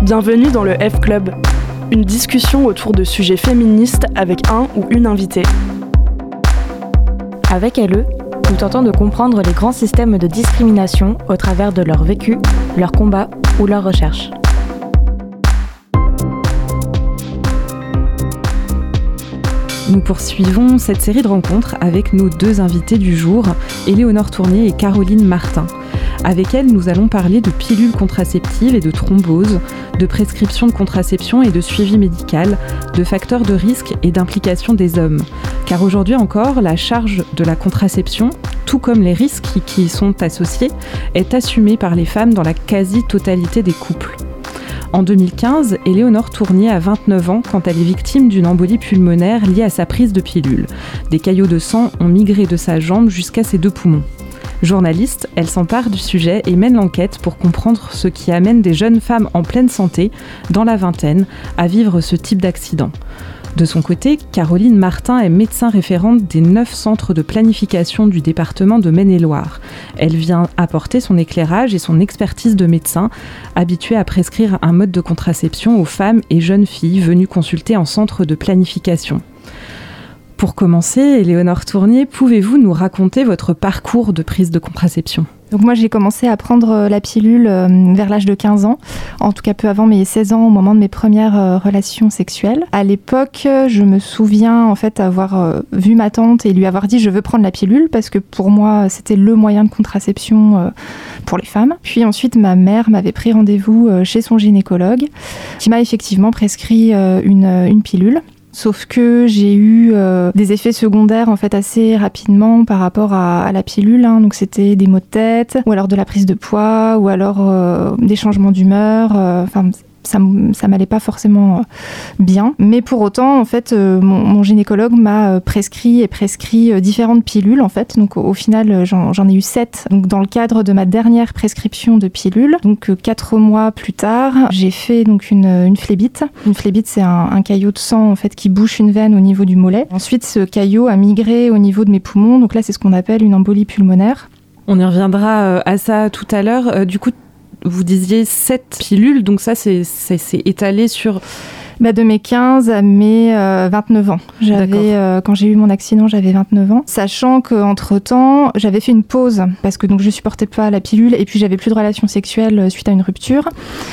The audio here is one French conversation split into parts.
Bienvenue dans le F Club, une discussion autour de sujets féministes avec un ou une invitée. Avec LE, nous tentons de comprendre les grands systèmes de discrimination au travers de leur vécu, leurs combats ou leurs recherches. Nous poursuivons cette série de rencontres avec nos deux invités du jour, Éléonore Tournier et Caroline Martin. Avec elles, nous allons parler de pilules contraceptives et de thrombose, de prescription de contraception et de suivi médical, de facteurs de risque et d'implication des hommes. Car aujourd'hui encore, la charge de la contraception, tout comme les risques qui y sont associés, est assumée par les femmes dans la quasi-totalité des couples. En 2015, Éléonore Tournier a 29 ans quand elle est victime d'une embolie pulmonaire liée à sa prise de pilule. Des caillots de sang ont migré de sa jambe jusqu'à ses deux poumons. Journaliste, elle s'empare du sujet et mène l'enquête pour comprendre ce qui amène des jeunes femmes en pleine santé, dans la vingtaine, à vivre ce type d'accident. De son côté, Caroline Martin est médecin référente des 9 centres de planification du département de Maine-et-Loire. Elle vient apporter son éclairage et son expertise de médecin, habituée à prescrire un mode de contraception aux femmes et jeunes filles venues consulter en centre de planification. Pour commencer, Éléonore Tournier, pouvez-vous nous raconter votre parcours de prise de contraception ? Donc moi, j'ai commencé à prendre la pilule vers l'âge de 15 ans, en tout cas peu avant mes 16 ans, au moment de mes premières relations sexuelles. À l'époque, je me souviens en fait avoir vu ma tante et lui avoir dit « je veux prendre la pilule » parce que pour moi, c'était le moyen de contraception pour les femmes. Puis ensuite, ma mère m'avait pris rendez-vous chez son gynécologue qui m'a effectivement prescrit une pilule. Sauf que j'ai eu des effets secondaires en fait assez rapidement par rapport à la pilule. Donc c'était des maux de tête, ou alors de la prise de poids, ou alors des changements d'humeur. Ça m'allait pas forcément bien. Mais pour autant, en fait, mon gynécologue m'a prescrit différentes pilules, en fait. Donc, au final, j'en ai eu 7. Donc, dans le cadre de ma dernière prescription de pilules, donc 4 mois plus tard, j'ai fait donc une phlébite. Une phlébite, c'est un caillot de sang, en fait, qui bouche une veine au niveau du mollet. Ensuite, ce caillot a migré au niveau de mes poumons. Donc là, c'est ce qu'on appelle une embolie pulmonaire. On y reviendra à ça tout à l'heure. Du coup, vous disiez 7 pilules, donc ça, c'est étalé sur... de mes 15 à mes 29 ans. Quand j'ai eu mon accident, j'avais 29 ans. Sachant qu'entre-temps, j'avais fait une pause parce que donc, je supportais pas la pilule et puis j'avais plus de relations sexuelles suite à une rupture.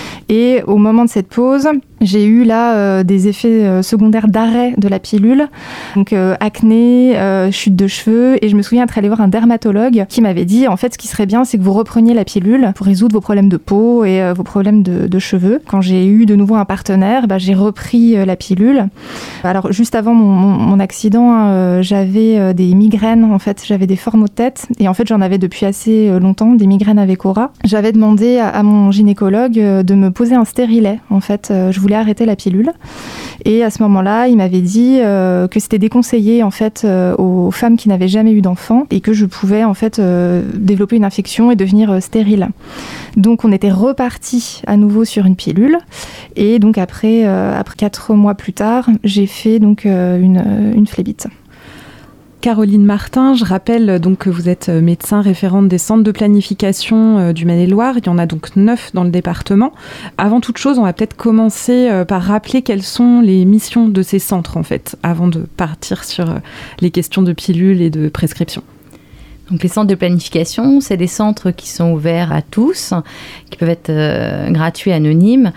Et au moment de cette pause, j'ai eu là des effets secondaires d'arrêt de la pilule. Donc acné, chute de cheveux. Et je me souviens être allée voir un dermatologue qui m'avait dit en fait ce qui serait bien c'est que vous repreniez la pilule pour résoudre vos problèmes de peau et vos problèmes de cheveux. Quand j'ai eu de nouveau un partenaire, j'ai repris la pilule. Alors juste avant mon accident, j'avais des migraines en fait, j'avais des forts maux de tête et en fait j'en avais depuis assez longtemps, des migraines avec aura. J'avais demandé à mon gynécologue de me poser un stérilet en fait, je voulais arrêter la pilule et à ce moment-là, il m'avait dit que c'était déconseillé en fait aux femmes qui n'avaient jamais eu d'enfant et que je pouvais en fait développer une infection et devenir stérile. Donc on était reparti à nouveau sur une pilule et donc après 4 mois plus tard, j'ai fait donc une phlébite. Caroline Martin, je rappelle donc que vous êtes médecin référente des centres de planification du Maine-et-Loire. Il y en a donc 9 dans le département. Avant toute chose, on va peut-être commencer par rappeler quelles sont les missions de ces centres en fait, avant de partir sur les questions de pilules et de prescription. Donc les centres de planification, c'est des centres qui sont ouverts à tous, qui peuvent être gratuits, anonymes,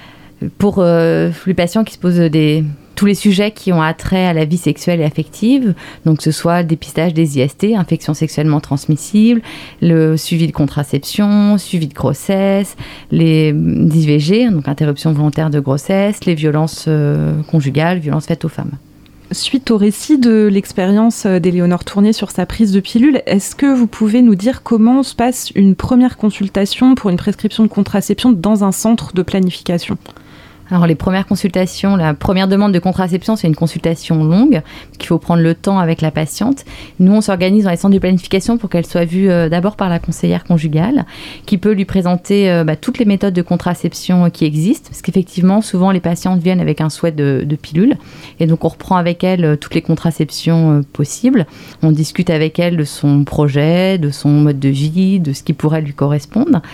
pour les patients qui se posent tous les sujets qui ont attrait à la vie sexuelle et affective, donc que ce soit le dépistage des IST, infections sexuellement transmissibles, le suivi de contraception, suivi de grossesse, les IVG, donc interruption volontaire de grossesse, les violences conjugales, violences faites aux femmes. Suite au récit de l'expérience d'Éléonore Tournier sur sa prise de pilule, est-ce que vous pouvez nous dire comment se passe une première consultation pour une prescription de contraception dans un centre de planification ? Alors les premières consultations, la première demande de contraception, c'est une consultation longue, qu'il faut prendre le temps avec la patiente. Nous, on s'organise dans les centres de planification pour qu'elle soit vue d'abord par la conseillère conjugale, qui peut lui présenter toutes les méthodes de contraception qui existent, parce qu'effectivement, souvent, les patientes viennent avec un souhait de pilule, et donc on reprend avec elle toutes les contraceptions possibles. On discute avec elle de son projet, de son mode de vie, de ce qui pourrait lui correspondre.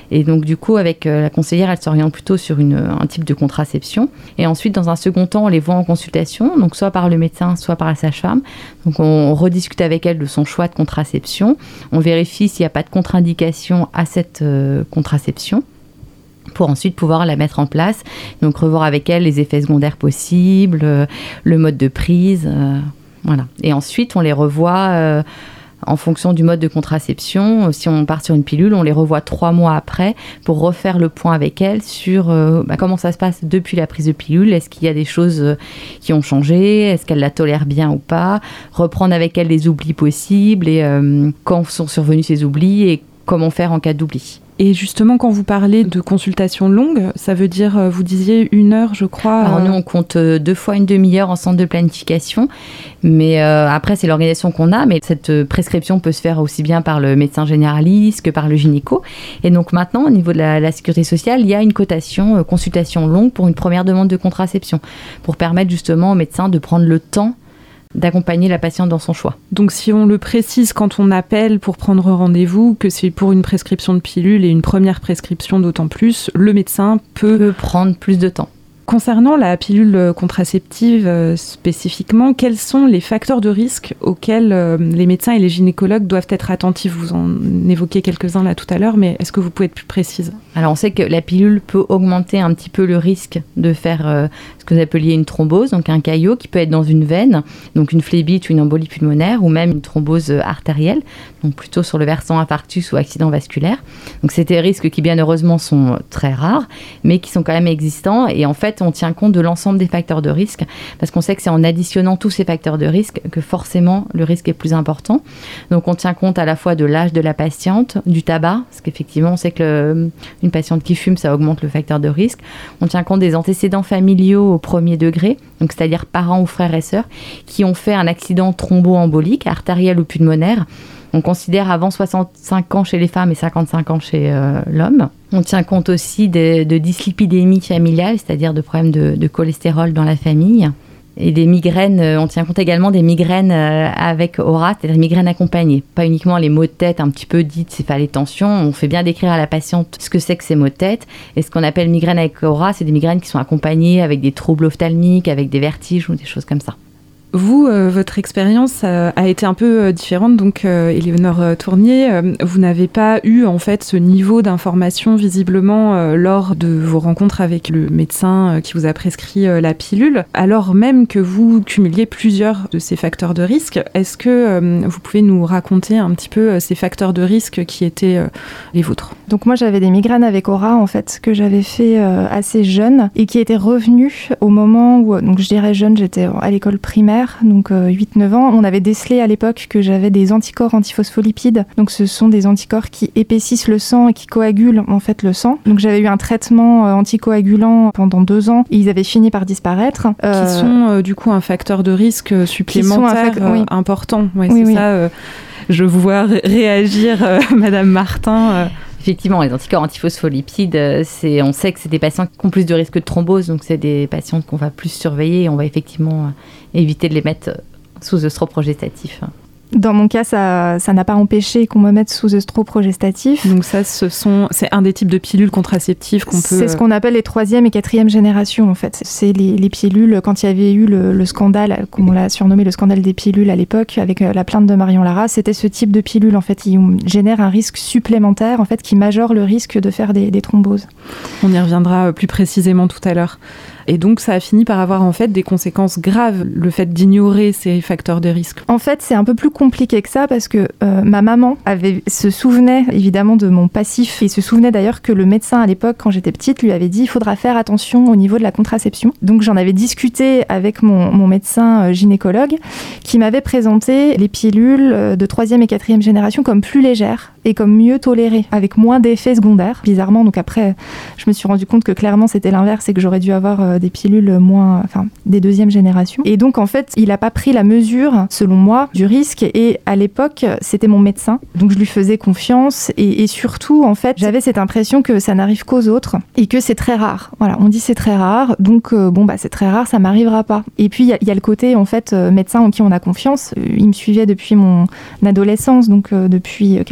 Et donc, du coup, avec la conseillère, elle s'oriente plutôt sur un type de contraception. Et ensuite, dans un second temps, on les voit en consultation, donc soit par le médecin, soit par la sage-femme. Donc, on rediscute avec elle de son choix de contraception. On vérifie s'il n'y a pas de contre-indication à cette contraception, pour ensuite pouvoir la mettre en place. Donc, revoir avec elle les effets secondaires possibles, le mode de prise, voilà. Et ensuite, on les revoit en fonction du mode de contraception. Si on part sur une pilule, on les revoit 3 mois après pour refaire le point avec elle sur comment ça se passe depuis la prise de pilule. Est-ce qu'il y a des choses qui ont changé? Est-ce qu'elle la tolère bien ou pas? Reprendre avec elle les oublis possibles et quand sont survenus ces oublis et comment faire en cas d'oubli. Et justement, quand vous parlez de consultation longue, ça veut dire, vous disiez 1 heure, je crois. Alors nous, on compte 2 fois une demi-heure en centre de planification. Mais après, c'est l'organisation qu'on a. Mais cette prescription peut se faire aussi bien par le médecin généraliste que par le gynéco. Et donc maintenant, au niveau de la sécurité sociale, il y a une cotation consultation longue pour une première demande de contraception, pour permettre justement au médecin de prendre le temps d'accompagner la patiente dans son choix. Donc si on le précise quand on appelle pour prendre rendez-vous, que c'est pour une prescription de pilule et une première prescription d'autant plus, le médecin peut prendre plus de temps. Concernant la pilule contraceptive spécifiquement, quels sont les facteurs de risque auxquels les médecins et les gynécologues doivent être attentifs? Vous en évoquiez quelques-uns là tout à l'heure, mais est-ce que vous pouvez être plus précise? Alors on sait que la pilule peut augmenter un petit peu le risque de faire ce que vous appeliez une thrombose, donc un caillot qui peut être dans une veine, donc une phlébite ou une embolie pulmonaire, ou même une thrombose artérielle, donc plutôt sur le versant infarctus ou accident vasculaire. Donc c'est des risques qui bien heureusement sont très rares, mais qui sont quand même existants, et en fait on tient compte de l'ensemble des facteurs de risque, parce qu'on sait que c'est en additionnant tous ces facteurs de risque que forcément le risque est plus important. Donc on tient compte à la fois de l'âge de la patiente, du tabac, parce qu'effectivement on sait que une patiente qui fume, ça augmente le facteur de risque. On tient compte des antécédents familiaux au premier degré, donc c'est-à-dire parents ou frères et sœurs, qui ont fait un accident thromboembolique, artériel ou pulmonaire. On considère avant 65 ans chez les femmes et 55 ans chez l'homme. On tient compte aussi de dyslipidémie familiale, c'est-à-dire de problèmes de cholestérol dans la famille. Et des migraines, on tient compte également des migraines avec aura, c'est-à-dire des migraines accompagnées. Pas uniquement les maux de tête un petit peu dites céphalées-tension, on fait bien décrire à la patiente ce que c'est que ces maux de tête. Et ce qu'on appelle migraine avec aura, c'est des migraines qui sont accompagnées avec des troubles ophtalmiques, avec des vertiges ou des choses comme ça. Vous, votre expérience a été un peu différente, donc Éléonore Tournier, vous n'avez pas eu en fait ce niveau d'information visiblement lors de vos rencontres avec le médecin qui vous a prescrit la pilule, alors même que vous cumuliez plusieurs de ces facteurs de risque. Est-ce que vous pouvez nous raconter un petit peu ces facteurs de risque qui étaient les vôtres? Donc moi j'avais des migraines avec aura en fait que j'avais fait assez jeune et qui étaient revenues au moment où, donc je dirais jeune, j'étais à l'école primaire, donc 8-9 ans. On avait décelé à l'époque que j'avais des anticorps antiphospholipides. Donc ce sont des anticorps qui épaississent le sang et qui coagulent en fait le sang. Donc j'avais eu un traitement anticoagulant pendant 2 ans et ils avaient fini par disparaître. Qui sont du coup un facteur de risque supplémentaire important. Ouais, oui, c'est oui. Ça. Je vous vois réagir, Madame Martin. Effectivement, les anticorps antiphospholipides, on sait que c'est des patients qui ont plus de risque de thrombose, donc c'est des patients qu'on va plus surveiller et on va effectivement éviter de les mettre sous œstroprogestatif. Dans mon cas, ça n'a pas empêché qu'on me mette sous œstroprogestatif. Donc ça, c'est un des types de pilules contraceptives qu'on peut... C'est ce qu'on appelle les 3e et 4e générations, en fait. C'est les pilules, quand il y avait eu le scandale, comme on l'a surnommé, le scandale des pilules à l'époque, avec la plainte de Marion Lara, c'était ce type de pilule, en fait, qui génère un risque supplémentaire, en fait, qui majore le risque de faire des thromboses. On y reviendra plus précisément tout à l'heure. Et donc, ça a fini par avoir en fait des conséquences graves, le fait d'ignorer ces facteurs de risque. En fait, c'est un peu plus compliqué que ça parce que ma maman se souvenait évidemment de mon passif et se souvenait d'ailleurs que le médecin à l'époque, quand j'étais petite, lui avait dit il faudra faire attention au niveau de la contraception. Donc, j'en avais discuté avec mon médecin gynécologue qui m'avait présenté les pilules de 3e et 4e génération comme plus légères et comme mieux tolérées, avec moins d'effets secondaires, bizarrement. Donc après, je me suis rendu compte que clairement, c'était l'inverse et que j'aurais dû avoir des pilules des 2e génération. Et donc, en fait, il n'a pas pris la mesure, selon moi, du risque. Et à l'époque, c'était mon médecin. Donc, je lui faisais confiance. Et surtout, en fait, j'avais cette impression que ça n'arrive qu'aux autres et que c'est très rare. Voilà, on dit c'est très rare. Donc, c'est très rare, ça m'arrivera pas. Et puis, il y a le côté, en fait, médecin en qui on a confiance. Il me suivait depuis mon adolescence, donc depuis 14 ans.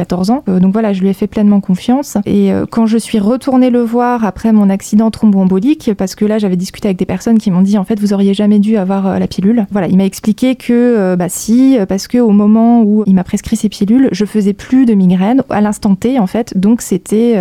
Donc voilà, je lui ai fait pleinement confiance. Et quand je suis retournée le voir après mon accident thromboembolique, parce que là, j'avais discuté avec des personnes qui m'ont dit, en fait, vous auriez jamais dû avoir la pilule. Voilà, il m'a expliqué que si, parce qu'au moment où il m'a prescrit ces pilules, je faisais plus de migraines à l'instant T, en fait. Donc c'était,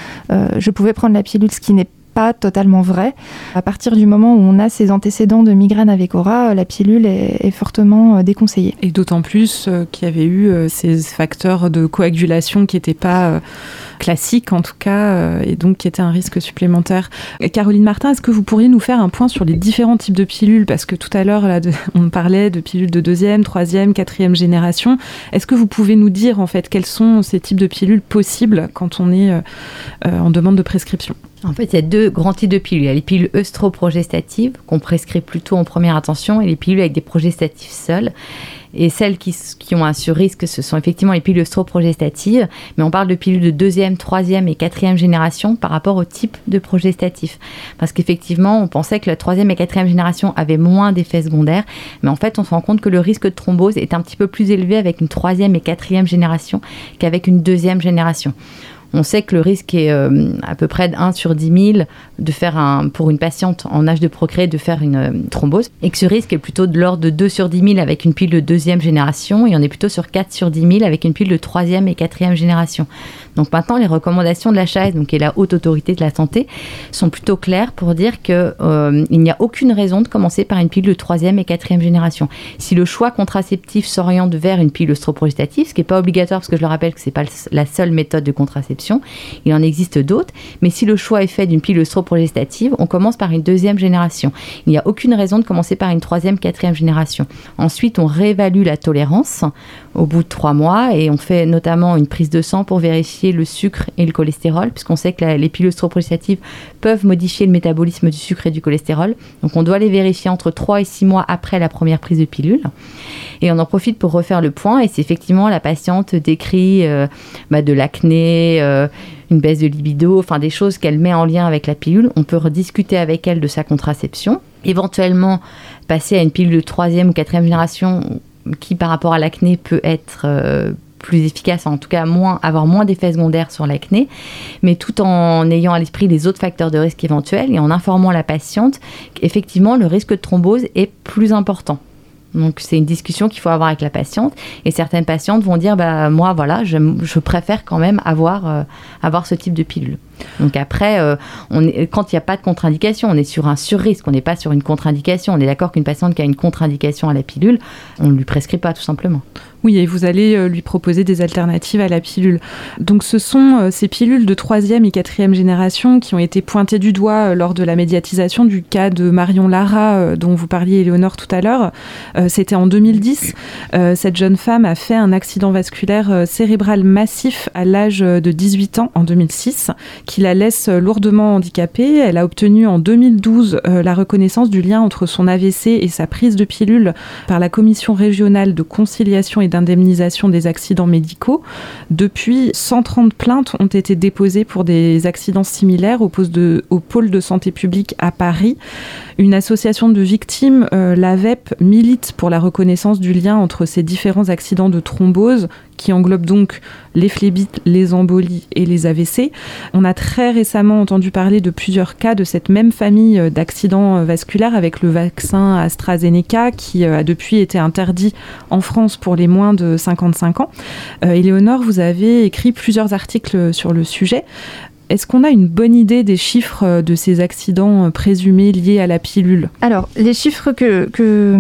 je pouvais prendre la pilule, ce qui n'est pas totalement vrai. À partir du moment où on a ces antécédents de migraine avec aura, la pilule est fortement déconseillée. Et d'autant plus qu'il y avait eu ces facteurs de coagulation qui n'étaient pas classiques en tout cas, et donc qui étaient un risque supplémentaire. Caroline Martin, est-ce que vous pourriez nous faire un point sur les différents types de pilules ? Parce que tout à l'heure, là, on parlait de pilules de 2e, 3e, 4e génération. Est-ce que vous pouvez nous dire en fait quels sont ces types de pilules possibles quand on est en demande de prescription ? En fait, il y a 2 grands types de pilules. Il y a les pilules œstroprogestatives qu'on prescrit plutôt en première intention et les pilules avec des progestatifs seuls. Et celles qui ont un surrisque, ce sont effectivement les pilules œstroprogestatives, mais on parle de pilules de 2e, 3e et 4e génération par rapport au type de progestatif. Parce qu'effectivement, on pensait que la 3e et 4e génération avaient moins d'effets secondaires, mais en fait, on se rend compte que le risque de thrombose est un petit peu plus élevé avec une 3e et 4e génération qu'avec une 2e génération. On sait que le risque est à peu près de 1 sur 10 000 de faire pour une patiente en âge de procréer de faire une thrombose, et que ce risque est plutôt de l'ordre de 2 sur 10 000 avec une pilule de 2e génération, et on est plutôt sur 4 sur 10 000 avec une pilule de 3e et 4e génération. Donc maintenant, les recommandations de la HAS, donc qui est la haute autorité de la santé, sont plutôt claires pour dire qu'il n'y a aucune raison de commencer par une pilule de 3e et 4e génération. Si le choix contraceptif s'oriente vers une pilule œstroprogestative, ce qui n'est pas obligatoire, parce que je le rappelle que ce n'est pas la seule méthode de contraception, il en existe d'autres, mais si le choix est fait d'une pilule œstroprogestative, on commence par une 2e génération. Il n'y a aucune raison de commencer par une 3e, 4e génération. Ensuite, on réévalue la tolérance au bout de 3 mois et on fait notamment une prise de sang pour vérifier le sucre et le cholestérol, puisqu'on sait que les pilules œstroprogestatives peuvent modifier le métabolisme du sucre et du cholestérol. Donc on doit les vérifier entre 3 et 6 mois après la première prise de pilule. Et on en profite pour refaire le point, et c'est effectivement la patiente décrit de l'acné, une baisse de libido, enfin des choses qu'elle met en lien avec la pilule. On peut rediscuter avec elle de sa contraception, éventuellement passer à une pilule de 3e ou 4e génération qui par rapport à l'acné peut être plus efficace, en tout cas avoir moins d'effets secondaires sur l'acné, mais tout en ayant à l'esprit les autres facteurs de risque éventuels et en informant la patiente qu'effectivement le risque de thrombose est plus important. Donc c'est une discussion qu'il faut avoir avec la patiente, et certaines patientes vont dire moi voilà, je préfère quand même avoir ce type de pilule. Donc après, quand il n'y a pas de contre-indication, on est sur un sur-risque, on n'est pas sur une contre-indication. On est d'accord qu'une patiente qui a une contre-indication à la pilule, on ne lui prescrit pas tout simplement. Oui, et vous allez lui proposer des alternatives à la pilule. Donc ce sont ces pilules de 3e et 4e génération qui ont été pointées du doigt lors de la médiatisation du cas de Marion Lara dont vous parliez, Éléonore, tout à l'heure. C'était en 2010. Cette jeune femme a fait un accident vasculaire cérébral massif à l'âge de 18 ans en 2006 qui la laisse lourdement handicapée. Elle a obtenu en 2012 la reconnaissance du lien entre son AVC et sa prise de pilule par la Commission régionale de conciliation et d'indemnisation des accidents médicaux. Depuis, 130 plaintes ont été déposées pour des accidents similaires au pôle de santé publique à Paris. Une association de victimes, l'AVEP, milite pour la reconnaissance du lien entre ces différents accidents de thrombose qui englobent donc les phlébites, les embolies et les AVC. On a très récemment entendu parler de plusieurs cas de cette même famille d'accidents vasculaires avec le vaccin AstraZeneca qui a depuis été interdit en France pour les moins de 55 ans. Éléonore, vous avez écrit plusieurs articles sur le sujet. Est-ce qu'on a une bonne idée des chiffres de ces accidents présumés liés à la pilule ? Alors, les chiffres que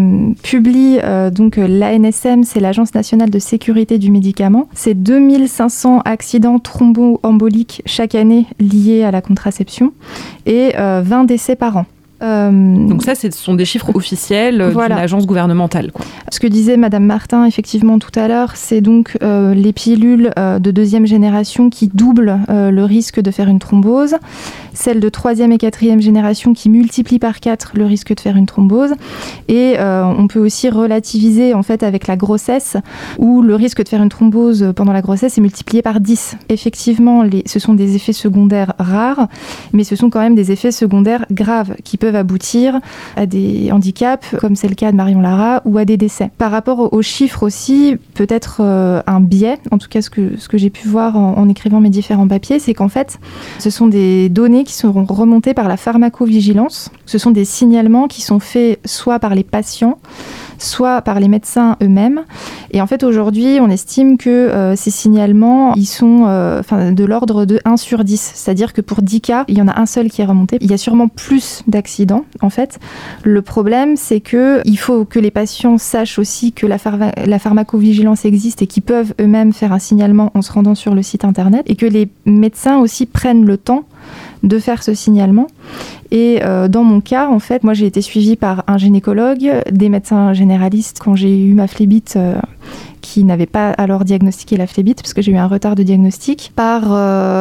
publie donc l'ANSM, c'est l'Agence nationale de sécurité du médicament, c'est 2500 accidents thromboemboliques chaque année liés à la contraception et 20 décès par an. Donc ça, ce sont des chiffres officiels d'une agence gouvernementale, quoi. Ce que disait Madame Martin, effectivement, tout à l'heure, c'est donc les pilules de 2e génération qui doublent le risque de faire une thrombose, celles de 3e et 4e génération qui multiplient par 4 le risque de faire une thrombose, et on peut aussi relativiser en fait avec la grossesse, où le risque de faire une thrombose pendant la grossesse est multiplié par 10. Effectivement, ce sont des effets secondaires rares, mais ce sont quand même des effets secondaires graves qui peuvent peuvent aboutir à des handicaps, comme c'est le cas de Marion Lara, ou à des décès. Par rapport aux chiffres aussi, peut-être un biais, en tout cas ce que j'ai pu voir en écrivant mes différents papiers, c'est qu'en fait, ce sont des données qui seront remontées par la pharmacovigilance. Ce sont des signalements qui sont faits soit par les patients, soit par les médecins eux-mêmes. Et en fait, aujourd'hui, on estime que ces signalements, ils sont de l'ordre de 1 sur 10. C'est-à-dire que pour 10 cas, il y en a un seul qui est remonté. Il y a sûrement plus d'accidents, en fait. Le problème, c'est qu'il faut que les patients sachent aussi que la pharmacovigilance existe et qu'ils peuvent eux-mêmes faire un signalement en se rendant sur le site internet, et que les médecins aussi prennent le temps de faire ce signalement. Et dans mon cas, en fait, moi j'ai été suivie par un gynécologue, des médecins généralistes quand j'ai eu ma phlébite qui n'avaient pas alors diagnostiqué la phlébite parce que j'ai eu un retard de diagnostic, par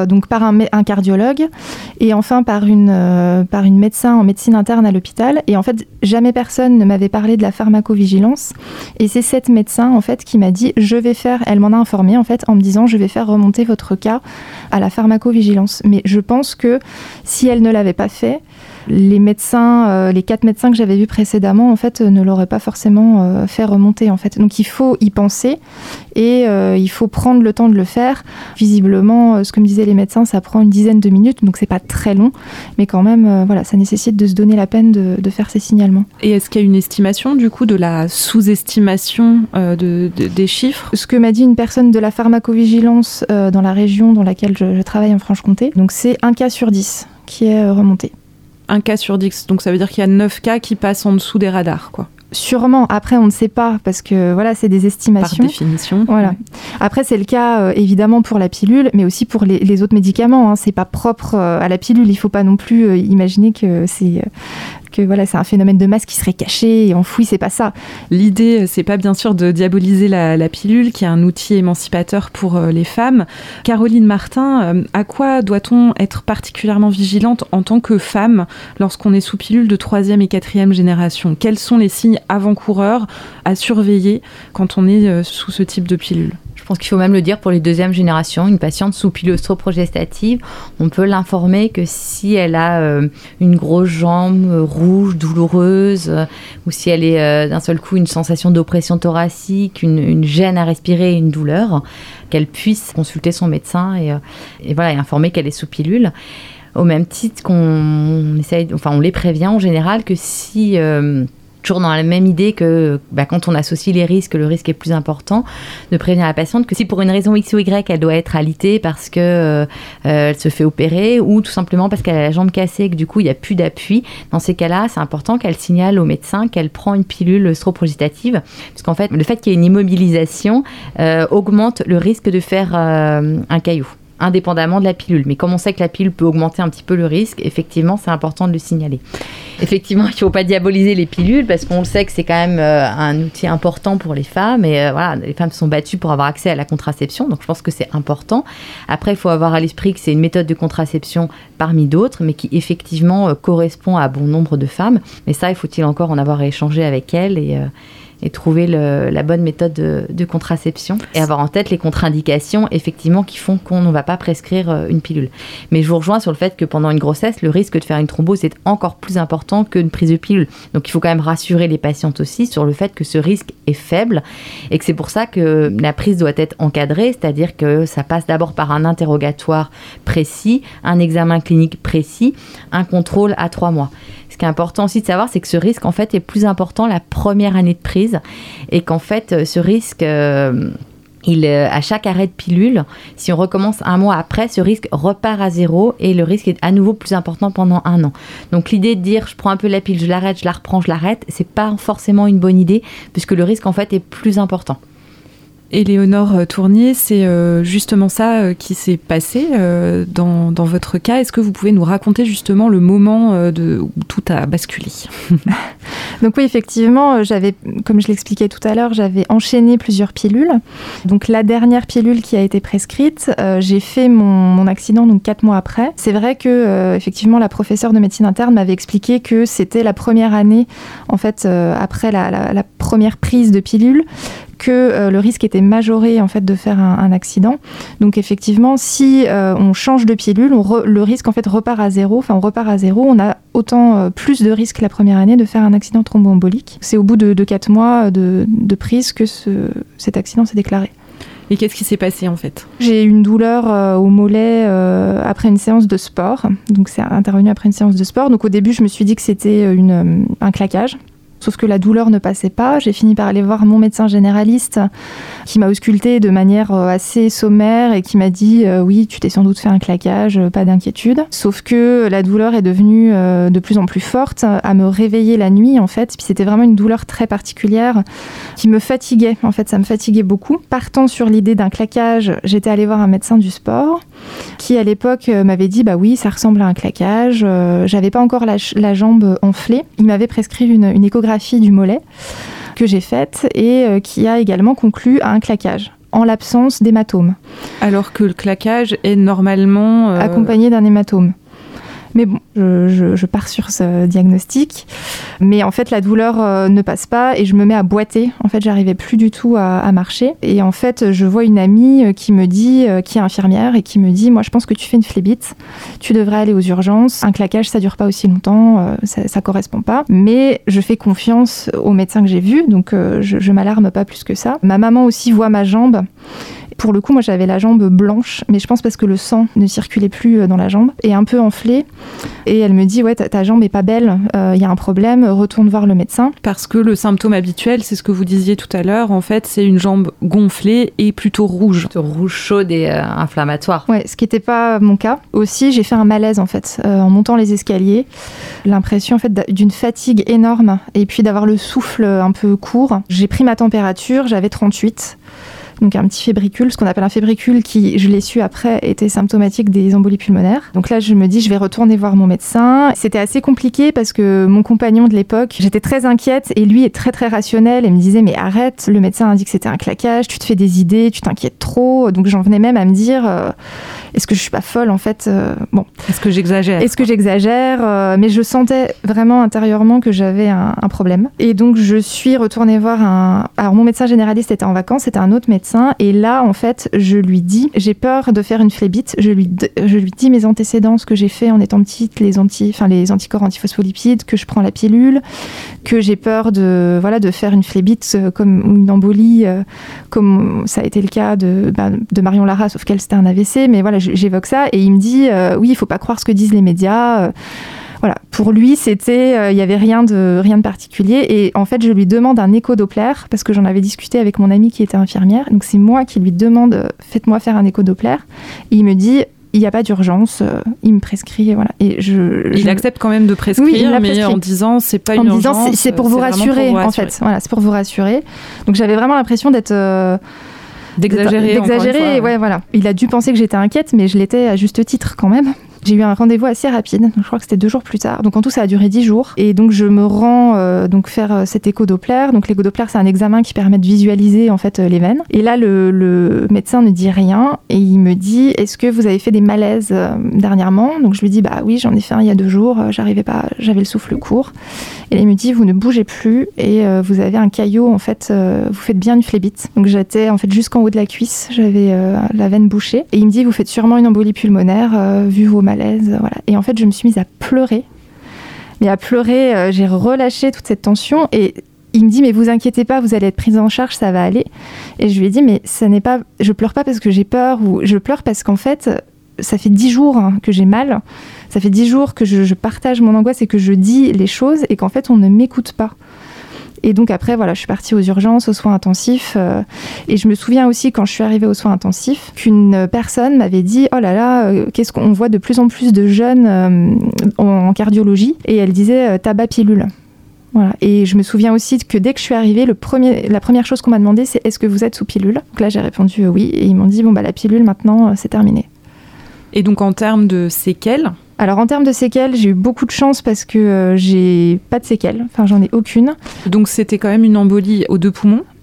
un cardiologue et enfin par une médecin en médecine interne à l'hôpital. Et en fait, jamais personne ne m'avait parlé de la pharmacovigilance. Et c'est cette médecin en fait qui m'a dit elle m'en a informée en fait en me disant je vais faire remonter votre cas à la pharmacovigilance. Mais je pense que si elle ne l'avait pas fait, les médecins, les 4 médecins que j'avais vus précédemment, en fait, ne l'auraient pas forcément fait remonter, en fait. Donc, il faut y penser et il faut prendre le temps de le faire. Visiblement, ce que me disaient les médecins, ça prend une dizaine de minutes, donc c'est pas très long, mais quand même, ça nécessite de se donner la peine de faire ces signalements. Et est-ce qu'il y a une estimation, du coup, de la sous-estimation des chiffres ? Ce que m'a dit une personne de la pharmacovigilance dans la région dans laquelle je travaille en Franche-Comté, donc c'est 1 cas sur 10 qui est remonté. 1 cas sur 10, donc ça veut dire qu'il y a 9 cas qui passent en dessous des radars, quoi. Sûrement. Après, on ne sait pas parce que c'est des estimations. Par définition. Voilà. Après, c'est le cas évidemment pour la pilule, mais aussi pour les autres médicaments. C'est pas propre à la pilule. Il faut pas non plus imaginer que c'est un phénomène de masse qui serait caché et enfoui. C'est pas ça. L'idée, c'est pas bien sûr de diaboliser la pilule, qui est un outil émancipateur pour les femmes. Caroline Martin, à quoi doit-on être particulièrement vigilante en tant que femme lorsqu'on est sous pilule de 3e et 4e génération ? Quels sont les signes avant-coureurs à surveiller quand on est sous ce type de pilule ? Je pense qu'il faut même le dire pour les 2e générations. Une patiente sous pilule œstroprogestative, on peut l'informer que si elle a une grosse jambe rouge, douloureuse, ou si elle est d'un seul coup une sensation d'oppression thoracique, une gêne à respirer et une douleur, qu'elle puisse consulter son médecin et informer qu'elle est sous pilule. Au même titre qu'on les prévient en général que si... toujours dans la même idée que quand on associe les risques, le risque est plus important, de prévenir la patiente que si pour une raison X ou Y, elle doit être alitée parce qu'elle se fait opérer ou tout simplement parce qu'elle a la jambe cassée et que du coup, il n'y a plus d'appui, dans ces cas-là, c'est important qu'elle signale au médecin qu'elle prend une pilule œstroprogestative, puisqu'en fait, le fait qu'il y ait une immobilisation augmente le risque de faire un caillou, indépendamment de la pilule. Mais comme on sait que la pilule peut augmenter un petit peu le risque, effectivement, c'est important de le signaler. Effectivement, il ne faut pas diaboliser les pilules parce qu'on le sait que c'est quand même un outil important pour les femmes et les femmes se sont battues pour avoir accès à la contraception, donc je pense que c'est important. Après, il faut avoir à l'esprit que c'est une méthode de contraception parmi d'autres, mais qui effectivement correspond à bon nombre de femmes. Mais ça, il faut-il encore en avoir échangé avec elles et trouver la bonne méthode de contraception et avoir en tête les contre-indications effectivement qui font qu'on ne va pas prescrire une pilule. Mais je vous rejoins sur le fait que pendant une grossesse, le risque de faire une thrombose est encore plus important qu'une prise de pilule. Donc il faut quand même rassurer les patientes aussi sur le fait que ce risque est faible et que c'est pour ça que la prise doit être encadrée, c'est-à-dire que ça passe d'abord par un interrogatoire précis, un examen clinique précis, un contrôle à 3 mois. Ce qui est important aussi de savoir, c'est que ce risque, en fait, est plus important la première année de prise et qu'en fait, ce risque, à chaque arrêt de pilule, si on recommence 1 mois après, ce risque repart à 0 et le risque est à nouveau plus important pendant 1 an. Donc, l'idée de dire, je prends un peu la pilule, je l'arrête, je la reprends, je l'arrête, c'est pas forcément une bonne idée puisque le risque, en fait, est plus important. Éléonore Tournier, c'est justement ça qui s'est passé dans votre cas. Est-ce que vous pouvez nous raconter justement le moment où tout a basculé ? Donc oui, effectivement, comme je l'expliquais tout à l'heure, j'avais enchaîné plusieurs pilules. Donc la dernière pilule qui a été prescrite, j'ai fait mon accident donc 4 mois après. C'est vrai que effectivement, la professeure de médecine interne m'avait expliqué que c'était la première année, en fait, après la première prise de pilule, que le risque était majoré en fait de faire un accident. Donc effectivement, si on change de pilule, le risque en fait repart à zéro. Enfin, on repart à zéro. On a autant plus de risques la première année de faire un accident thromboembolique. C'est au bout de 4 mois de prise que cet accident s'est déclaré. Et qu'est-ce qui s'est passé en fait ? J'ai eu une douleur au mollet après une séance de sport. Donc c'est intervenu après une séance de sport. Donc au début, je me suis dit que c'était un claquage. Sauf que la douleur ne passait pas. J'ai fini par aller voir mon médecin généraliste qui m'a auscultée de manière assez sommaire et qui m'a dit oui, tu t'es sans doute fait un claquage, pas d'inquiétude. Sauf que la douleur est devenue de plus en plus forte, à me réveiller la nuit en fait. Puis c'était vraiment une douleur très particulière qui me fatiguait. En fait, ça me fatiguait beaucoup. Partant sur l'idée d'un claquage, j'étais allée voir un médecin du sport qui à l'époque m'avait dit bah oui, ça ressemble à un claquage. J'avais pas encore la jambe enflée. Il m'avait prescrit une échographie du mollet que j'ai faite et qui a également conclu à un claquage en l'absence d'hématome. Alors que le claquage est normalement accompagné d'un hématome. Mais bon, je pars sur ce diagnostic. Mais en fait, la douleur ne passe pas et je me mets à boiter. En fait, j'arrivais plus du tout à marcher. Et en fait, je vois une amie qui me dit, qui est infirmière et qui me dit, moi, je pense que tu fais une phlébite. Tu devrais aller aux urgences. Un claquage, ça dure pas aussi longtemps. Ça correspond pas. Mais je fais confiance au médecin que j'ai vu. Donc, je m'alarme pas plus que ça. Ma maman aussi voit ma jambe. Pour le coup, moi, j'avais la jambe blanche, mais je pense parce que le sang ne circulait plus dans la jambe et un peu enflée. Et elle me dit, ouais, ta jambe est pas belle, y a un problème, retourne voir le médecin. Parce que le symptôme habituel, c'est ce que vous disiez tout à l'heure, en fait, c'est une jambe gonflée et plutôt rouge. Plutôt rouge chaude et inflammatoire. Ouais, ce qui n'était pas mon cas. Aussi, j'ai fait un malaise, en fait, en montant les escaliers. L'impression, en fait, d'une fatigue énorme et puis d'avoir le souffle un peu court. J'ai pris ma température, j'avais 38. Donc un petit fébricule, ce qu'on appelle un fébricule qui, je l'ai su après, était symptomatique des embolies pulmonaires. Donc là, je me dis, je vais retourner voir mon médecin. C'était assez compliqué parce que mon compagnon de l'époque, j'étais très inquiète et lui est très très rationnel et me disait, mais arrête, le médecin a dit que c'était un claquage, tu te fais des idées, tu t'inquiètes trop. Donc j'en venais même à me dire, est-ce que je suis pas folle en fait bon. Est-ce que j'exagère ? Mais je sentais vraiment intérieurement que j'avais un problème. Et donc je suis retournée voir Alors mon médecin généraliste était en vacances, c'était un autre médecin. Et là, en fait, je lui dis, j'ai peur de faire une phlébite. Je lui dis mes antécédents, ce que j'ai fait en étant petite, les anticorps antiphospholipides, que je prends la pilule, que j'ai peur de faire une phlébite comme une embolie, comme ça a été le cas de Marion Lara, sauf qu'elle, c'était un AVC. Mais voilà, j'évoque ça. Et il me dit, oui, il faut pas croire ce que disent les médias. Voilà, pour lui, c'était, il y avait rien de particulier. Et en fait, je lui demande un écho-doppler parce que j'en avais discuté avec mon amie qui était infirmière. Donc c'est moi qui lui demande, faites-moi faire un écho-doppler. Et il me dit, il n'y a pas d'urgence. Il me prescrit, voilà. Et il accepte quand même de prescrire, oui, mais en disant, c'est pas une urgence. En disant, c'est pour vous rassurer, en fait. Voilà, c'est pour vous rassurer. Donc j'avais vraiment l'impression d'exagérer, ouais, voilà. Il a dû penser que j'étais inquiète, mais je l'étais à juste titre quand même. J'ai eu un rendez-vous assez rapide, donc je crois que c'était 2 jours plus tard. Donc en tout, ça a duré 10 jours. Et donc je me rends faire cet écho-doppler. Donc l'écho-doppler, c'est un examen qui permet de visualiser en fait les veines. Et là, le médecin ne dit rien et il me dit, est-ce que vous avez fait des malaises dernièrement ? Donc je lui dis, bah oui, j'en ai fait un il y a 2 jours. J'avais le souffle court. Et là, il me dit, vous ne bougez plus et vous avez un caillot, en fait, vous faites bien une phlébite. Donc j'étais en fait jusqu'en haut de la cuisse, j'avais la veine bouchée. Et il me dit, vous faites sûrement une embolie pulmonaire vu vos malaises. Voilà. Et en fait, je me suis mise à pleurer. Mais à pleurer, j'ai relâché toute cette tension et il me dit, mais vous inquiétez pas, vous allez être prise en charge, ça va aller. Et je lui ai dit, mais je pleure pas parce que j'ai peur, ou je pleure parce qu'en fait, ça fait 10 jours que j'ai mal. Ça fait 10 jours que je partage mon angoisse et que je dis les choses et qu'en fait, on ne m'écoute pas. Et donc après, voilà, je suis partie aux urgences, aux soins intensifs. Et je me souviens aussi, quand je suis arrivée aux soins intensifs, qu'une personne m'avait dit « Oh là là, qu'est-ce qu'on voit de plus en plus de jeunes en cardiologie ?» Et elle disait « Tabac pilule ». Voilà. Et je me souviens aussi que dès que je suis arrivée, la première chose qu'on m'a demandé, c'est « Est-ce que vous êtes sous pilule ?» Donc là, j'ai répondu « Oui ». Et ils m'ont dit « Bon, bah la pilule, maintenant, c'est terminé ». Et donc en termes de séquelles ? Alors en termes de séquelles, j'ai eu beaucoup de chance parce que j'ai pas de séquelles, enfin j'en ai aucune. Donc c'était quand même une embolie aux 2 poumons ?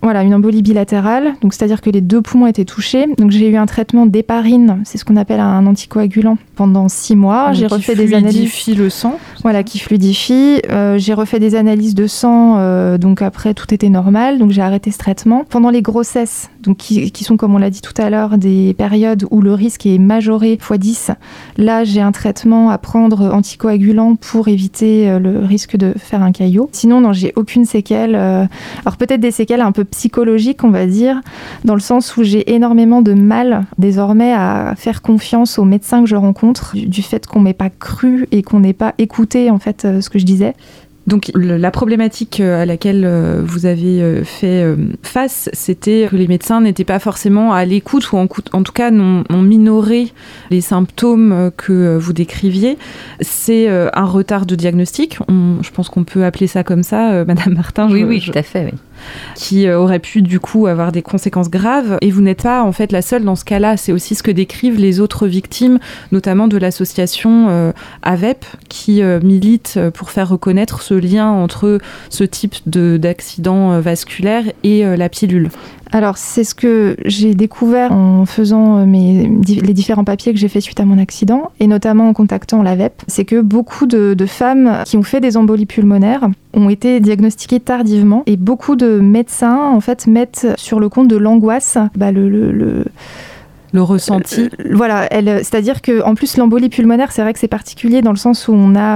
Voilà, une embolie bilatérale, donc c'est-à-dire que les 2 poumons étaient touchés. Donc j'ai eu un traitement d'héparine, c'est ce qu'on appelle un anticoagulant, pendant 6 mois. Donc j'ai refait des analyses. Qui fluidifie le sang. Voilà, qui fluidifie. J'ai refait des analyses de sang, donc après tout était normal, donc j'ai arrêté ce traitement. Pendant les grossesses, donc qui sont, comme on l'a dit tout à l'heure, des périodes où le risque est majoré x 10, là j'ai un traitement à prendre anticoagulant pour éviter le risque de faire un caillot. Sinon, non, j'ai aucune séquelle. Alors peut-être des séquelles un peu psychologique, on va dire, dans le sens où j'ai énormément de mal désormais à faire confiance aux médecins que je rencontre, du fait qu'on m'ait pas cru et qu'on n'ait pas écouté en fait ce que je disais. Donc la problématique à laquelle vous avez fait face, c'était que les médecins n'étaient pas forcément à l'écoute ou en tout cas ont minoré les symptômes que vous décriviez. C'est un retard de diagnostic, je pense qu'on peut appeler ça comme ça, Madame Martin. Oui, tout à fait, oui. Qui aurait pu du coup avoir des conséquences graves. Et vous n'êtes pas en fait la seule dans ce cas-là. C'est aussi ce que décrivent les autres victimes, notamment de l'association AVEP, qui milite pour faire reconnaître ce lien entre ce type d'accident vasculaire et la pilule. Alors, c'est ce que j'ai découvert en faisant les différents papiers que j'ai fait suite à mon accident, et notamment en contactant l'AVEP. C'est que beaucoup de femmes qui ont fait des embolies pulmonaires ont été diagnostiquées tardivement, et beaucoup de médecins, en fait, mettent sur le compte de l'angoisse le ressenti. Voilà, c'est-à-dire qu'en plus, l'embolie pulmonaire, c'est vrai que c'est particulier dans le sens où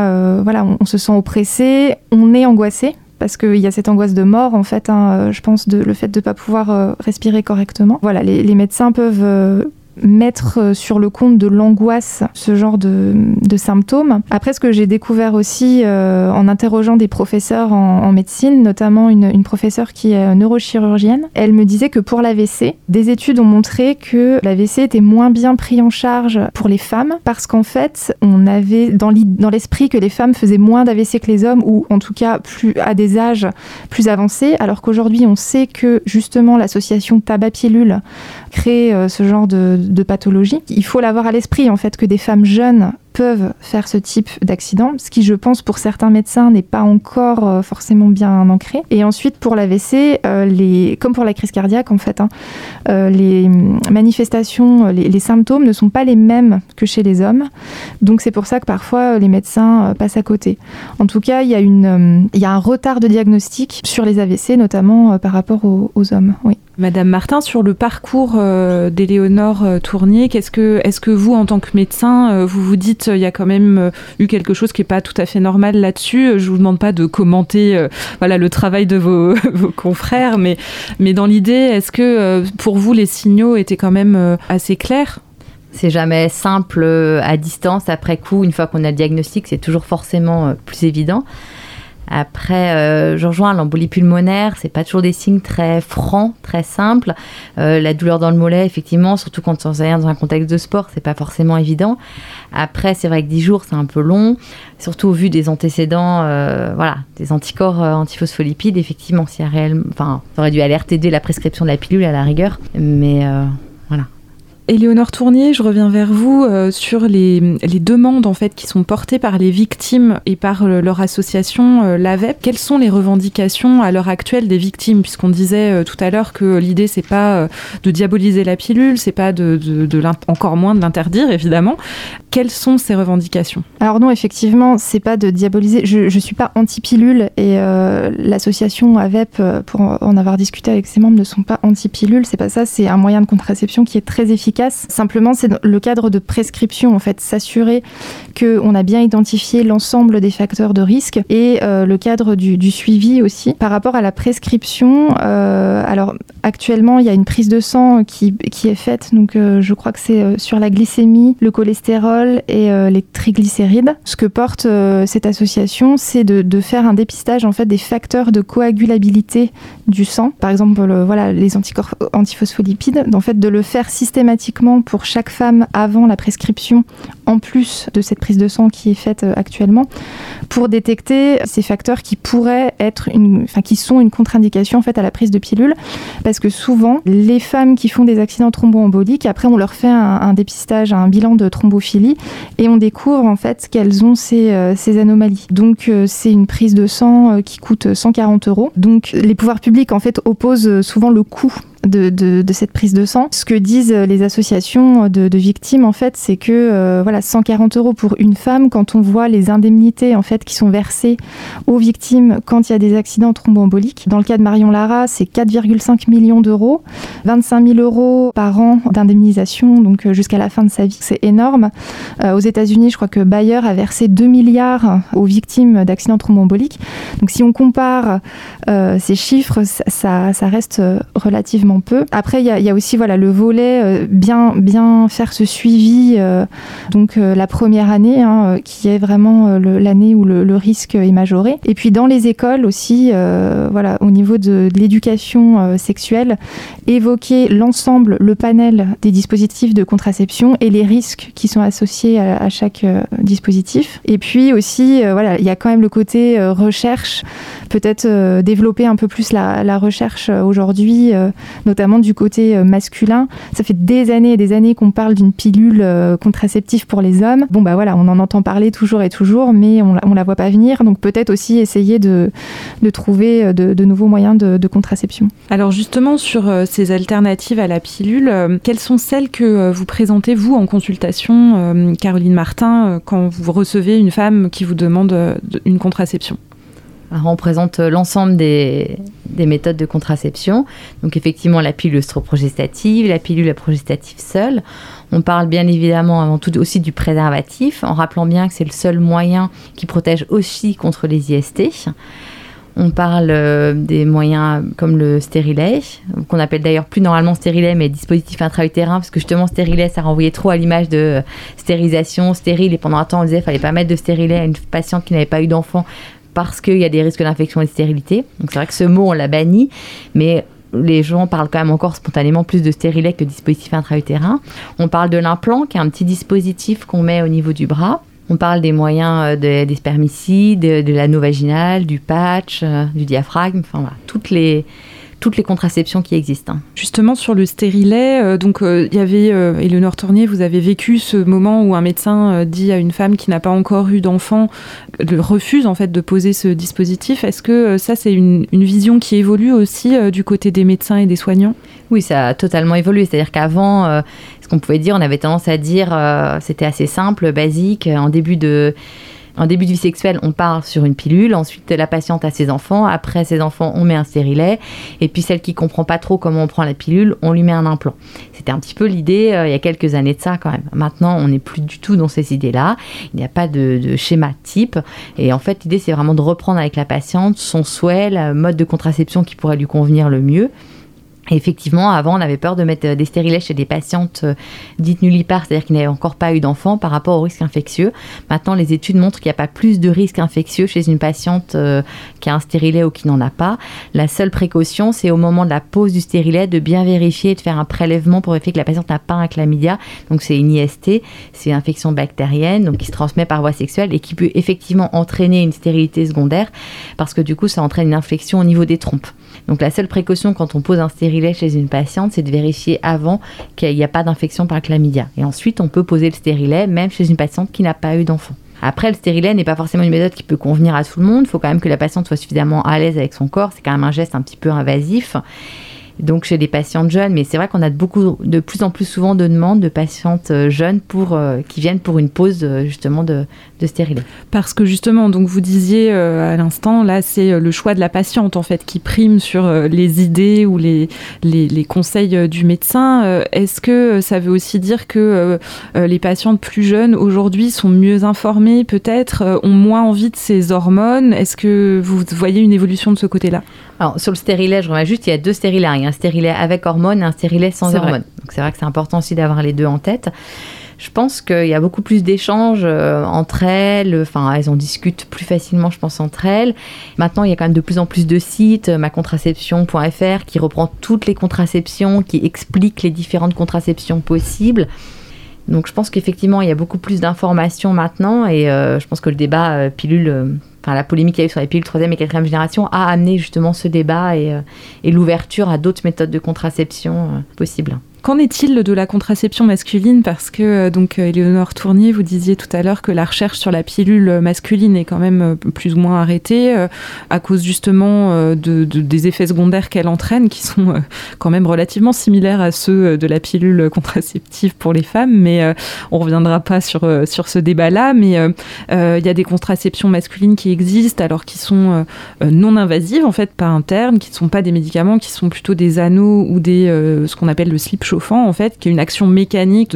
on se sent oppressé, on est angoissé. Parce qu'il y a cette angoisse de mort, en fait, je pense, le fait de ne pas pouvoir respirer correctement. Voilà, les médecins peuvent mettre sur le compte de l'angoisse ce genre de symptômes. Après, ce que j'ai découvert aussi en interrogeant des professeurs en médecine, notamment une professeure qui est neurochirurgienne, elle me disait que pour l'AVC, des études ont montré que l'AVC était moins bien pris en charge pour les femmes parce qu'en fait, on avait dans l'esprit que les femmes faisaient moins d'AVC que les hommes, ou en tout cas à des âges plus avancés, alors qu'aujourd'hui, on sait que justement l'association tabac-pilule crée ce genre de pathologie. Il faut l'avoir à l'esprit, en fait, que des femmes jeunes peuvent faire ce type d'accident, ce qui, je pense, pour certains médecins, n'est pas encore forcément bien ancré. Et ensuite, pour l'AVC, comme pour la crise cardiaque, en fait, les manifestations, les symptômes ne sont pas les mêmes que chez les hommes. Donc, c'est pour ça que parfois, les médecins passent à côté. En tout cas, il y a un retard de diagnostic sur les AVC, notamment par rapport aux hommes. Oui. Madame Martin, sur le parcours d'Éléonore Tournier, est-ce que vous, en tant que médecin, vous dites il y a quand même eu quelque chose qui n'est pas tout à fait normal là-dessus? Je ne vous demande pas de commenter le travail de vos confrères, mais dans l'idée, est-ce que pour vous, les signaux étaient quand même assez clairs? C'est jamais simple à distance, après coup, une fois qu'on a le diagnostic, c'est toujours forcément plus évident. Après, je rejoins l'embolie pulmonaire, c'est pas toujours des signes très francs, très simples. La douleur dans le mollet, effectivement, surtout quand on est dans un contexte de sport, c'est pas forcément évident. Après, c'est vrai que 10 jours, c'est un peu long, surtout au vu des antécédents, des anticorps antiphospholipides. Effectivement, s'il y a ça aurait dû alerter dès la prescription de la pilule à la rigueur, mais voilà. Éléonore Tournier, je reviens vers vous sur les demandes en fait qui sont portées par les victimes et par leur association l'AVEP. Quelles sont les revendications à l'heure actuelle des victimes, puisqu'on disait tout à l'heure que l'idée c'est pas de diaboliser la pilule, c'est pas encore moins de l'interdire évidemment. Quelles sont ces revendications? Alors non, effectivement, c'est pas de diaboliser. Je suis pas anti-pilule et l'association AVEP, pour en avoir discuté avec ses membres, ne sont pas anti-pilule. C'est pas ça. C'est un moyen de contraception qui est très efficace. Simplement, c'est le cadre de prescription, en fait, s'assurer qu'on a bien identifié l'ensemble des facteurs de risque et le cadre du suivi aussi. Par rapport à la prescription, alors actuellement, il y a une prise de sang qui est faite. Donc, je crois que c'est sur la glycémie, le cholestérol et les triglycérides. Ce que porte cette association, c'est de faire un dépistage en fait des facteurs de coagulabilité du sang. Par exemple, les anticorps antiphospholipides, en fait, de le faire systématiquement systématiquement pour chaque femme avant la prescription, en plus de cette prise de sang qui est faite actuellement, pour détecter ces facteurs qui pourraient être qui sont une contre-indication en fait à la prise de pilule, parce que souvent les femmes qui font des accidents thromboemboliques, après on leur fait un dépistage, un bilan de thrombophilie et on découvre en fait qu'elles ont ces anomalies. Donc c'est une prise de sang qui coûte 140 €. Donc les pouvoirs publics en fait opposent souvent le coût de cette prise de sang. Ce que disent les associations de victimes, en fait, c'est que 140 € pour une femme, quand on voit les indemnités en fait qui sont versées aux victimes quand il y a des accidents thromboemboliques. Dans le cas de Marion Lara, c'est 4,5 millions d'euros, 25 000 € par an d'indemnisation, donc jusqu'à la fin de sa vie. C'est énorme. Aux États-Unis, je crois que Bayer a versé 2 milliards aux victimes d'accidents thromboemboliques. Donc si on compare ces chiffres, ça reste relativement peu. Après, il y a aussi le volet bien faire ce suivi, la première année, qui est vraiment l'année où le risque est majoré. Et puis dans les écoles aussi, au niveau de l'éducation sexuelle, évoquer l'ensemble, le panel des dispositifs de contraception et les risques qui sont associés à chaque dispositif. Et puis aussi, il y a quand même le côté recherche, peut-être développer un peu plus la recherche aujourd'hui, notamment du côté masculin. Ça fait des années et des années qu'on parle d'une pilule contraceptive pour les hommes. On en entend parler toujours et toujours, mais on la voit pas venir. Donc peut-être aussi essayer de trouver de nouveaux moyens de contraception. Alors justement, sur ces alternatives à la pilule, quelles sont celles que vous présentez, vous, en consultation, Caroline Martin, quand vous recevez une femme qui vous demande une contraception ? Alors, on présente l'ensemble des méthodes de contraception. Donc effectivement, la pilule œstroprogestative, la pilule progestative seule. On parle bien évidemment avant tout aussi du préservatif, en rappelant bien que c'est le seul moyen qui protège aussi contre les IST. On parle des moyens comme le stérilet, qu'on appelle d'ailleurs plus normalement stérilet, mais dispositif intra-utérin, parce que justement stérilet, ça renvoyait trop à l'image de stérilisation, stérile. Et pendant un temps, on disait qu'il ne fallait pas mettre de stérilet à une patiente qui n'avait pas eu d'enfant, parce qu'il y a des risques d'infection et de stérilité. Donc c'est vrai que ce mot, on l'a banni, mais les gens parlent quand même encore spontanément plus de stérilet que de dispositif intra-utérin. On parle de l'implant, qui est un petit dispositif qu'on met au niveau du bras. On parle des moyens des spermicides, de l'anneau vaginal, du patch, du diaphragme, toutes les contraceptions qui existent. Justement, sur le stérilet, il y avait, Éléonore Tournier, vous avez vécu ce moment où un médecin dit à une femme qui n'a pas encore eu d'enfant, refuse en fait de poser ce dispositif. Est-ce que ça, c'est une vision qui évolue aussi du côté des médecins et des soignants ? Oui, ça a totalement évolué. C'est-à-dire qu'avant, ce qu'on pouvait dire, on avait tendance à dire, c'était assez simple, basique, en début de vie sexuelle, on part sur une pilule. Ensuite, la patiente a ses enfants. Après ses enfants, on met un stérilet. Et puis, celle qui ne comprend pas trop comment on prend la pilule, on lui met un implant. C'était un petit peu l'idée il y a quelques années de ça quand même. Maintenant, on n'est plus du tout dans ces idées-là. Il n'y a pas de schéma type. Et en fait, l'idée, c'est vraiment de reprendre avec la patiente son souhait, le mode de contraception qui pourrait lui convenir le mieux. Et effectivement, avant, on avait peur de mettre des stérilets chez des patientes dites nullipares, c'est-à-dire qui n'avaient encore pas eu d'enfant par rapport au risque infectieux. Maintenant, les études montrent qu'il n'y a pas plus de risque infectieux chez une patiente qui a un stérilet ou qui n'en a pas. La seule précaution, c'est au moment de la pose du stérilet de bien vérifier et de faire un prélèvement pour vérifier que la patiente n'a pas un chlamydia. Donc, c'est une IST, c'est une infection bactérienne donc qui se transmet par voie sexuelle et qui peut effectivement entraîner une stérilité secondaire parce que du coup, ça entraîne une infection au niveau des trompes. Donc la seule précaution quand on pose un stérilet chez une patiente, c'est de vérifier avant qu'il n'y a pas d'infection par chlamydia. Et ensuite, on peut poser le stérilet même chez une patiente qui n'a pas eu d'enfant. Après, le stérilet n'est pas forcément une méthode qui peut convenir à tout le monde. Il faut quand même que la patiente soit suffisamment à l'aise avec son corps. C'est quand même un geste un petit peu invasif. Donc chez des patientes jeunes, mais c'est vrai qu'on a de plus en plus souvent de demandes de patientes jeunes qui viennent pour une pause justement de stérilet. Parce que justement, donc vous disiez à l'instant, là c'est le choix de la patiente en fait qui prime sur les idées ou les conseils du médecin. Est-ce que ça veut aussi dire que les patientes plus jeunes aujourd'hui sont mieux informées peut-être, ont moins envie de ces hormones ? Est-ce que vous voyez une évolution de ce côté-là ? Alors, sur le stérilet, je reviens juste, il y a 2 stérilets. Il y a un stérilet avec hormones et un stérilet sans hormones. Donc, c'est vrai que c'est important aussi d'avoir les deux en tête. je pense qu'il y a beaucoup plus d'échanges entre elles. Enfin, elles en discutent plus facilement, je pense, entre elles. Maintenant, il y a quand même de plus en plus de sites, macontraception.fr, qui reprend toutes les contraceptions, qui explique les différentes contraceptions possibles. Donc, je pense qu'effectivement, il y a beaucoup plus d'informations maintenant. Et je pense que le débat la polémique qu'il y a eu sur les pilules 3e et 4e génération a amené justement ce débat et l'ouverture à d'autres méthodes de contraception possibles. Qu'en est-il de la contraception masculine ? Parce que, Éléonore Tournier, vous disiez tout à l'heure que la recherche sur la pilule masculine est quand même plus ou moins arrêtée à cause justement des effets secondaires qu'elle entraîne, qui sont quand même relativement similaires à ceux de la pilule contraceptive pour les femmes. Mais on ne reviendra pas sur ce débat-là. Mais il y a des contraceptions masculines qui existent, alors qui sont non invasives, en fait, pas internes, qui ne sont pas des médicaments, qui sont plutôt des anneaux ou ce qu'on appelle le slip chauffant, en fait, qui est une action mécanique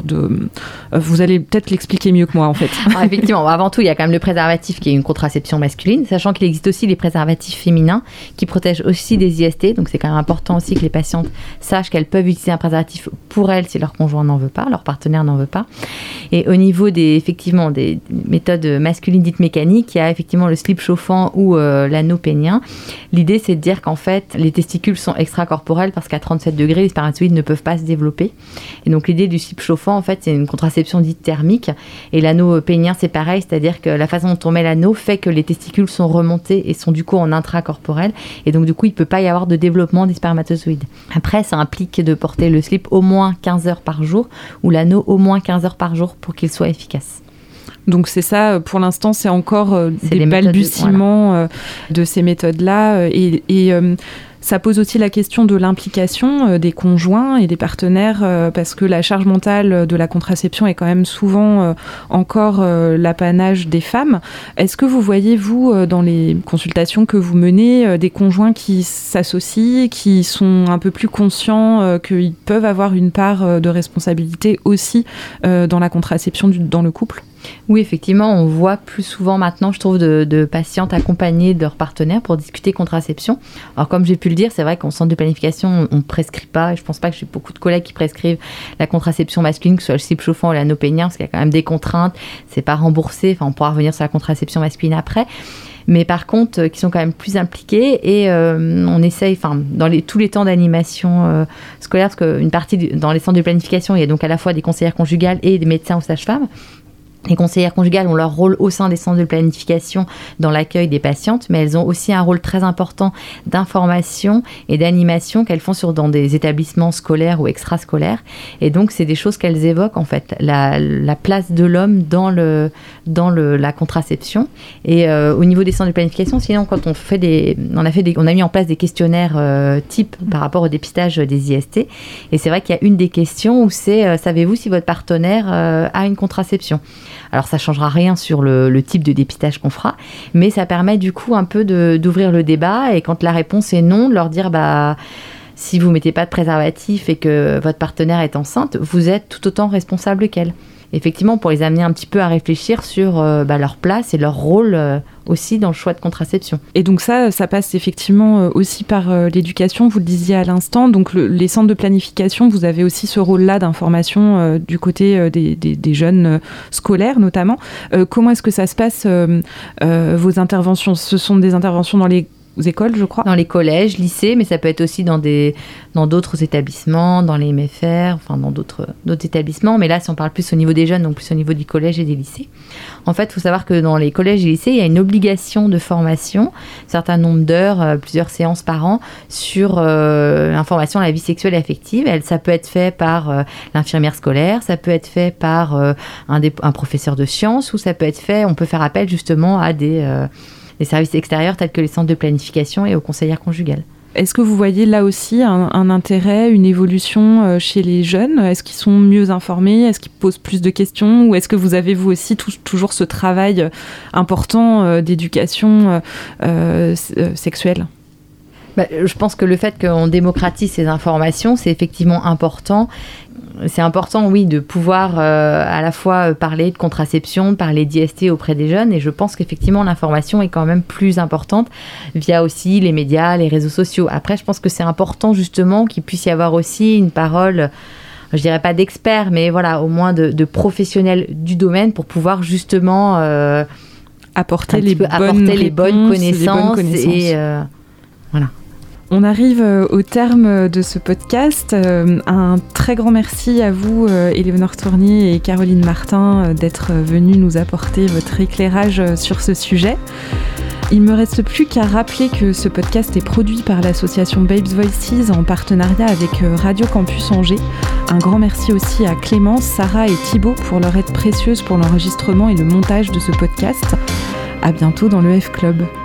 vous allez peut-être l'expliquer mieux que moi, en fait. Alors, effectivement, avant tout, il y a quand même le préservatif qui est une contraception masculine, sachant qu'il existe aussi les préservatifs féminins qui protègent aussi des IST. Donc, c'est quand même important aussi que les patientes sachent qu'elles peuvent utiliser un préservatif pour elles si leur conjoint n'en veut pas, leur partenaire n'en veut pas. Et au niveau des méthodes masculines dites mécaniques, il y a effectivement le slip chauffant ou l'anneau pénien. L'idée, c'est de dire qu'en fait, les testicules sont extracorporels parce qu'à 37 degrés, les spermatozoïdes ne peuvent pas se développer. Et donc, l'idée du slip chauffant, en fait, c'est une contraception dite thermique. Et l'anneau pénien, c'est pareil, c'est-à-dire que la façon dont on met l'anneau fait que les testicules sont remontés et sont du coup en intracorporel. Et donc, du coup, il ne peut pas y avoir de développement des spermatozoïdes. Après, ça implique de porter le slip au moins 15 heures par jour ou l'anneau au moins 15 heures par jour pour qu'il soit efficace. Donc c'est ça, pour l'instant, c'est encore des balbutiements de ces méthodes-là. Et ça pose aussi la question de l'implication des conjoints et des partenaires, parce que la charge mentale de la contraception est quand même souvent encore l'apanage des femmes. Est-ce que vous voyez, vous, dans les consultations que vous menez, des conjoints qui s'associent, qui sont un peu plus conscients qu'ils peuvent avoir une part de responsabilité aussi dans la contraception dans le couple ? Oui, effectivement, on voit plus souvent maintenant, je trouve, de patientes accompagnées de leurs partenaires pour discuter contraception. Alors, comme j'ai pu le dire, c'est vrai qu'en centre de planification, on ne prescrit pas. Je ne pense pas que j'ai beaucoup de collègues qui prescrivent la contraception masculine, que ce soit le slip chauffant ou l'anneau pénien, parce qu'il y a quand même des contraintes. C'est pas remboursé. Enfin, on pourra revenir sur la contraception masculine après. Mais par contre, qui sont quand même plus impliqués et on essaye, dans tous les temps d'animation scolaire, parce qu'une partie dans les centres de planification, il y a donc à la fois des conseillères conjugales et des médecins ou sages-femmes. Les conseillères conjugales ont leur rôle au sein des centres de planification dans l'accueil des patientes, mais elles ont aussi un rôle très important d'information et d'animation qu'elles font dans des établissements scolaires ou extrascolaires. Et donc, c'est des choses qu'elles évoquent, en fait, la place de l'homme dans la contraception. Et au niveau des centres de planification, sinon, quand on a mis en place des questionnaires types par rapport au dépistage des IST. Et c'est vrai qu'il y a une des questions où c'est savez-vous si votre partenaire a une contraception ? Alors, ça ne changera rien sur le type de dépistage qu'on fera, mais ça permet du coup un peu d'ouvrir le débat et quand la réponse est non, de leur dire si vous ne mettez pas de préservatif et que votre partenaire est enceinte, vous êtes tout autant responsable qu'elle. Effectivement, pour les amener un petit peu à réfléchir sur leur place et leur rôle aussi dans le choix de contraception. Et donc ça passe effectivement aussi par l'éducation, vous le disiez à l'instant. Donc les centres de planification, vous avez aussi ce rôle-là d'information du côté des jeunes scolaires notamment. Comment est-ce que ça se passe, vos interventions ? Ce sont des interventions dans les écoles, je crois. Dans les collèges, lycées, mais ça peut être aussi dans d'autres établissements, dans les MFR, dans d'autres établissements. Mais là, si on parle plus au niveau des jeunes, donc plus au niveau du collège et des lycées. En fait, il faut savoir que dans les collèges et lycées, il y a une obligation de formation, un certain nombre d'heures, plusieurs séances par an, sur l'information à la vie sexuelle et affective. Ça peut être fait par l'infirmière scolaire, ça peut être fait par un professeur de sciences, ou ça peut être fait, on peut faire appel justement à des services extérieurs tels que les centres de planification et aux conseillères conjugales. Est-ce que vous voyez là aussi un intérêt, une évolution chez les jeunes ? Est-ce qu'ils sont mieux informés ? Est-ce qu'ils posent plus de questions ? Ou est-ce que vous avez vous aussi toujours ce travail important d'éducation sexuelle ? Je pense que le fait qu'on démocratise ces informations, c'est effectivement important. C'est important, oui, de pouvoir à la fois parler de contraception, parler d'IST auprès des jeunes. Et je pense qu'effectivement, l'information est quand même plus importante via aussi les médias, les réseaux sociaux. Après, je pense que c'est important justement qu'il puisse y avoir aussi une parole je dirais pas d'experts, mais voilà, au moins de professionnels du domaine pour pouvoir justement apporter les bonnes connaissances. Et voilà. On arrive au terme de ce podcast. Un très grand merci à vous, Éléonore Tournier et Caroline Martin, d'être venues nous apporter votre éclairage sur ce sujet. Il me reste plus qu'à rappeler que ce podcast est produit par l'association Babes Voices en partenariat avec Radio Campus Angers. Un grand merci aussi à Clémence, Sarah et Thibaut pour leur aide précieuse pour l'enregistrement et le montage de ce podcast. À bientôt dans le F Club.